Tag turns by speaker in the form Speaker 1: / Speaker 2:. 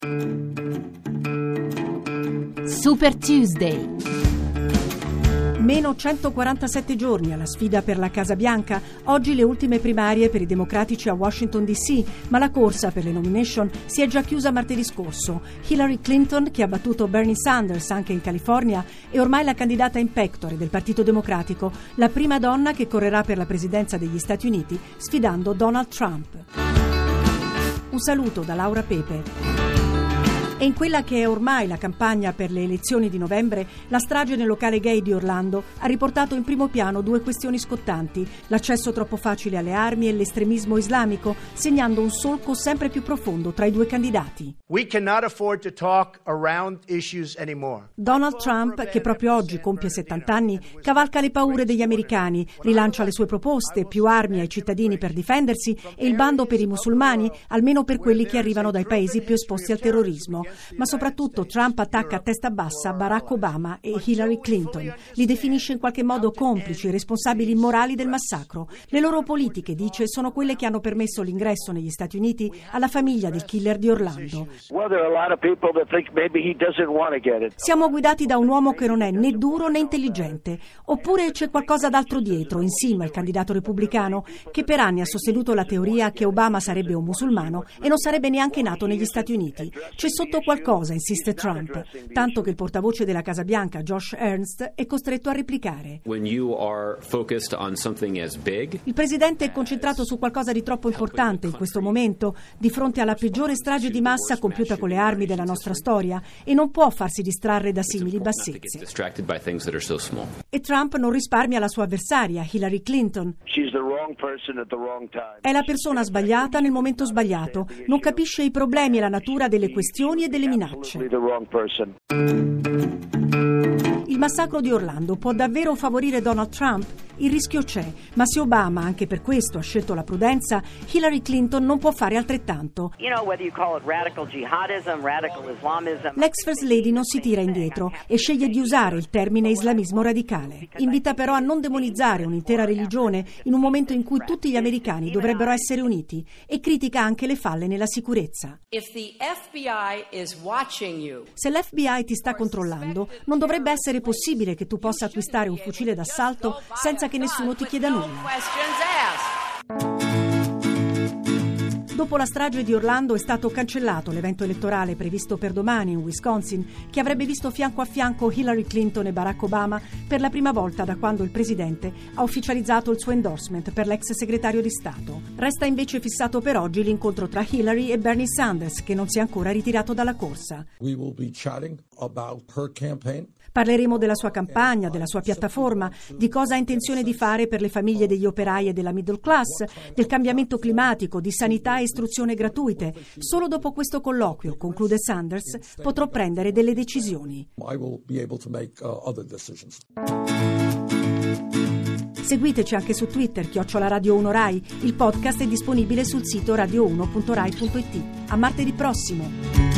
Speaker 1: Super Tuesday.
Speaker 2: Meno 147 giorni alla sfida per la Casa Bianca. Oggi le ultime primarie per i democratici a Washington DC, ma la corsa per le nomination si è già chiusa martedì scorso. Hillary Clinton, che ha battuto Bernie Sanders anche in California, è ormai la candidata in pectore del Partito Democratico, la prima donna che correrà per la presidenza degli Stati Uniti sfidando Donald Trump. Un saluto da Laura Pepe. E in quella che è ormai la campagna per le elezioni di novembre, la strage nel locale gay di Orlando ha riportato in primo piano due questioni scottanti: l'accesso troppo facile alle armi e l'estremismo islamico, segnando un solco sempre più profondo tra i due candidati.
Speaker 3: We cannot afford to talk around issues anymore.
Speaker 2: Donald Trump, che proprio oggi compie 70 anni, cavalca le paure degli americani, rilancia le sue proposte, più armi ai cittadini per difendersi e il bando per i musulmani, almeno per quelli che arrivano dai paesi più esposti al terrorismo. Ma soprattutto Trump attacca a testa bassa Barack Obama e Hillary Clinton. Li definisce in qualche modo complici e responsabili morali del massacro. Le loro politiche, dice, sono quelle che hanno permesso l'ingresso negli Stati Uniti alla famiglia del killer di Orlando. Siamo guidati da un uomo che non è né duro né intelligente. Oppure c'è qualcosa d'altro dietro, insieme al candidato repubblicano, che per anni ha sostenuto la teoria che Obama sarebbe un musulmano e non sarebbe neanche nato negli Stati Uniti. C'è sotto qualcosa, insiste Trump, tanto che il portavoce della Casa Bianca, Josh Ernst, è costretto a replicare. Il presidente è concentrato su qualcosa di troppo importante in questo momento, di fronte alla peggiore strage di massa compiuta con le armi della nostra storia, e non può farsi distrarre da simili bassezze. E Trump non risparmia la sua avversaria, Hillary Clinton. È la persona sbagliata nel momento sbagliato, non capisce i problemi e la natura delle questioni e delle minacce. Il massacro di Orlando può davvero favorire Donald Trump? Il rischio c'è, ma se Obama anche per questo ha scelto la prudenza, Hillary Clinton non può fare altrettanto. L'ex First Lady non si tira indietro e sceglie di usare il termine islamismo radicale. Invita però a non demonizzare un'intera religione in un momento in cui tutti gli americani dovrebbero essere uniti, e critica anche le falle nella sicurezza. Se l'FBI ti sta controllando, non dovrebbe essere possibile che tu possa acquistare un fucile d'assalto senza che nessuno ti chieda nulla. Dopo la strage di Orlando è stato cancellato l'evento elettorale previsto per domani in Wisconsin, che avrebbe visto fianco a fianco Hillary Clinton e Barack Obama per la prima volta da quando il presidente ha ufficializzato il suo endorsement per l'ex segretario di Stato. Resta invece fissato per oggi l'incontro tra Hillary e Bernie Sanders, che non si è ancora ritirato dalla corsa. Parleremo della sua campagna, della sua piattaforma, di cosa ha intenzione di fare per le famiglie degli operai e della middle class, del cambiamento climatico, di sanità e istruzione gratuite. Solo dopo questo colloquio, conclude Sanders, potrò prendere delle decisioni. Seguiteci anche su Twitter, @Radio1 Rai. Il podcast è disponibile sul sito radio1.rai.it. A martedì prossimo!